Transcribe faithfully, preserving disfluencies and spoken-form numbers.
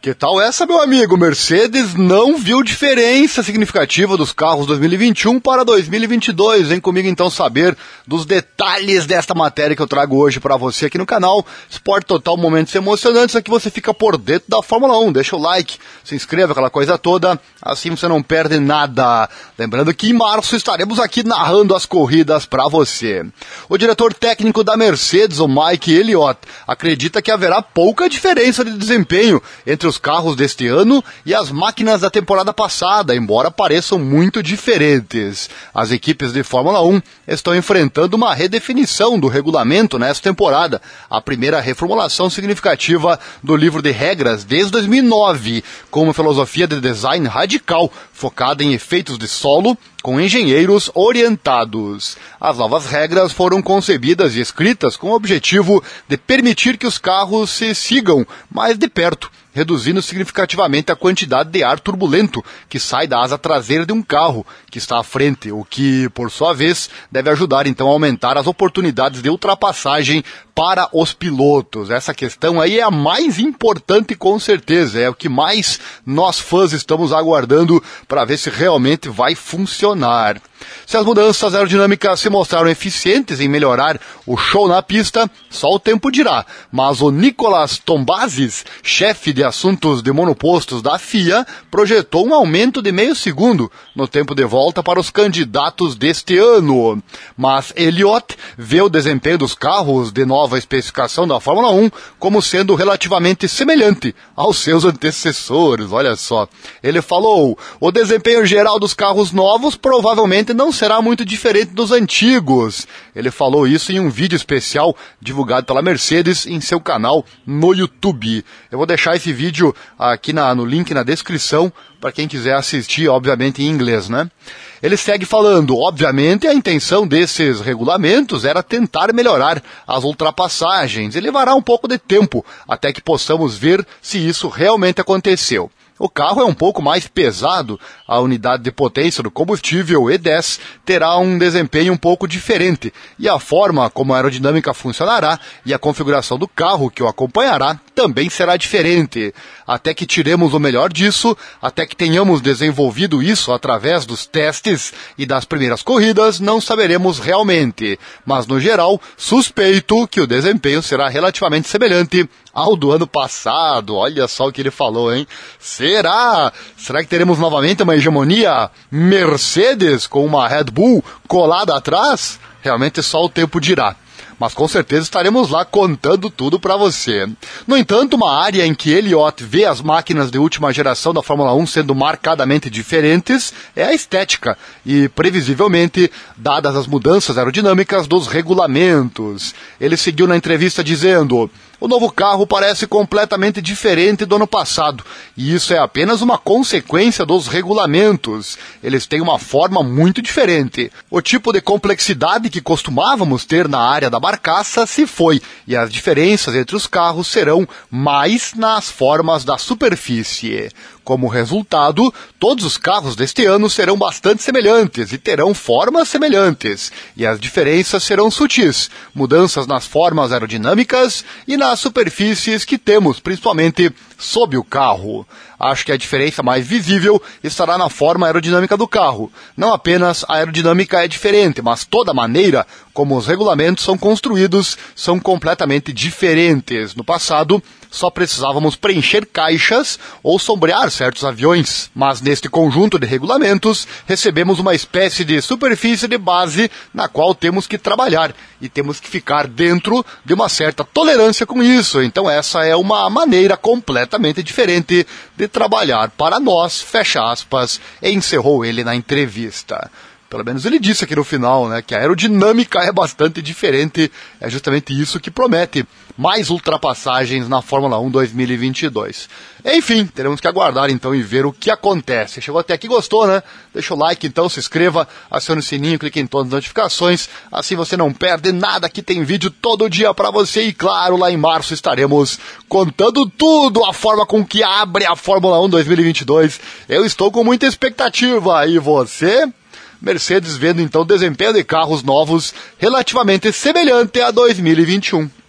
Que tal essa, meu amigo? Mercedes não viu diferença significativa dos carros dois mil e vinte e um para dois mil e vinte e dois. Vem comigo então saber dos detalhes desta matéria que eu trago hoje para você aqui no canal Esporte Total, momentos emocionantes. Aqui você fica por dentro da Fórmula um. Deixa o like, se inscreva, aquela coisa toda, assim você não perde nada. Lembrando que em março estaremos aqui narrando as corridas para você. O diretor técnico da Mercedes, o Mike Elliott, acredita que haverá pouca diferença de desempenho entre os carros deste ano e as máquinas da temporada passada, embora pareçam muito diferentes. As equipes de Fórmula um estão enfrentando uma redefinição do regulamento nesta temporada, a primeira reformulação significativa do livro de regras desde dois mil e nove, com uma filosofia de design radical, focada em efeitos de solo, com engenheiros orientados. As novas regras foram concebidas e escritas com o objetivo de permitir que os carros se sigam mais de perto, reduzindo significativamente a quantidade de ar turbulento que sai da asa traseira de um carro que está à frente, o que, por sua vez, deve ajudar então a aumentar as oportunidades de ultrapassagem para os pilotos. Essa questão aí é a mais importante, com certeza, é o que mais nós fãs estamos aguardando para ver se realmente vai funcionar. Se as mudanças aerodinâmicas se mostraram eficientes em melhorar o show na pista, só o tempo dirá. Mas o Nicolas Tombazis, chefe de assuntos de monopostos da F I A, projetou um aumento de meio segundo no tempo de volta para os candidatos deste ano. Mas Elliott vê o desempenho dos carros de nova especificação da Fórmula um como sendo relativamente semelhante aos seus antecessores. Olha só, ele falou, o desempenho geral dos carros novos provavelmente não será muito diferente dos antigos. Ele falou isso em um vídeo especial divulgado pela Mercedes em seu canal no YouTube. Eu vou deixar esse vídeo aqui na, no link na descrição para quem quiser assistir, obviamente em inglês, né? Ele segue falando, obviamente a intenção desses regulamentos era tentar melhorar as ultrapassagens e levará um pouco de tempo até que possamos ver se isso realmente aconteceu. O carro é um pouco mais pesado, a unidade de potência do combustível E dez terá um desempenho um pouco diferente, e a forma como a aerodinâmica funcionará e a configuração do carro que o acompanhará também será diferente. Até que tiremos o melhor disso, até que tenhamos desenvolvido isso através dos testes e das primeiras corridas, não saberemos realmente. Mas no geral, suspeito que o desempenho será relativamente semelhante ao do ano passado. Olha só o que ele falou, hein? Será? Será que teremos novamente uma hegemonia Mercedes com uma Red Bull colada atrás? Realmente só o tempo dirá. Mas com certeza estaremos lá contando tudo para você. No entanto, uma área em que Elliott vê as máquinas de última geração da Fórmula um sendo marcadamente diferentes é a estética e, previsivelmente, dadas as mudanças aerodinâmicas dos regulamentos. Ele seguiu na entrevista dizendo, o novo carro parece completamente diferente do ano passado, e isso é apenas uma consequência dos regulamentos. Eles têm uma forma muito diferente. O tipo de complexidade que costumávamos ter na área da barcaça se foi, e as diferenças entre os carros serão mais nas formas da superfície. Como resultado, todos os carros deste ano serão bastante semelhantes e terão formas semelhantes, e as diferenças serão sutis, mudanças nas formas aerodinâmicas e nas superfícies que temos, principalmente sob o carro. Acho que a diferença mais visível estará na forma aerodinâmica do carro. Não apenas a aerodinâmica é diferente, mas toda a maneira como os regulamentos são construídos são completamente diferentes. No passado, só precisávamos preencher caixas ou sombrear certos aviões, mas neste conjunto de regulamentos recebemos uma espécie de superfície de base na qual temos que trabalhar e temos que ficar dentro de uma certa tolerância com isso. Então essa é uma maneira completamente diferente de trabalhar para nós, fecha aspas, encerrou ele na entrevista. Pelo menos ele disse aqui no final, né, que a aerodinâmica é bastante diferente, é justamente isso que promete mais ultrapassagens na Fórmula um dois mil e vinte e dois. Enfim, teremos que aguardar então e ver o que acontece. Chegou até aqui, gostou, né? Deixa o like então, se inscreva, acione o sininho, clique em todas as notificações, assim você não perde nada, que tem vídeo todo dia pra você e claro, lá em março estaremos contando tudo, a forma com que abre a Fórmula um dois mil e vinte e dois. Eu estou com muita expectativa, e você? Mercedes vendo então desempenho de carros novos relativamente semelhante a dois mil e vinte e um.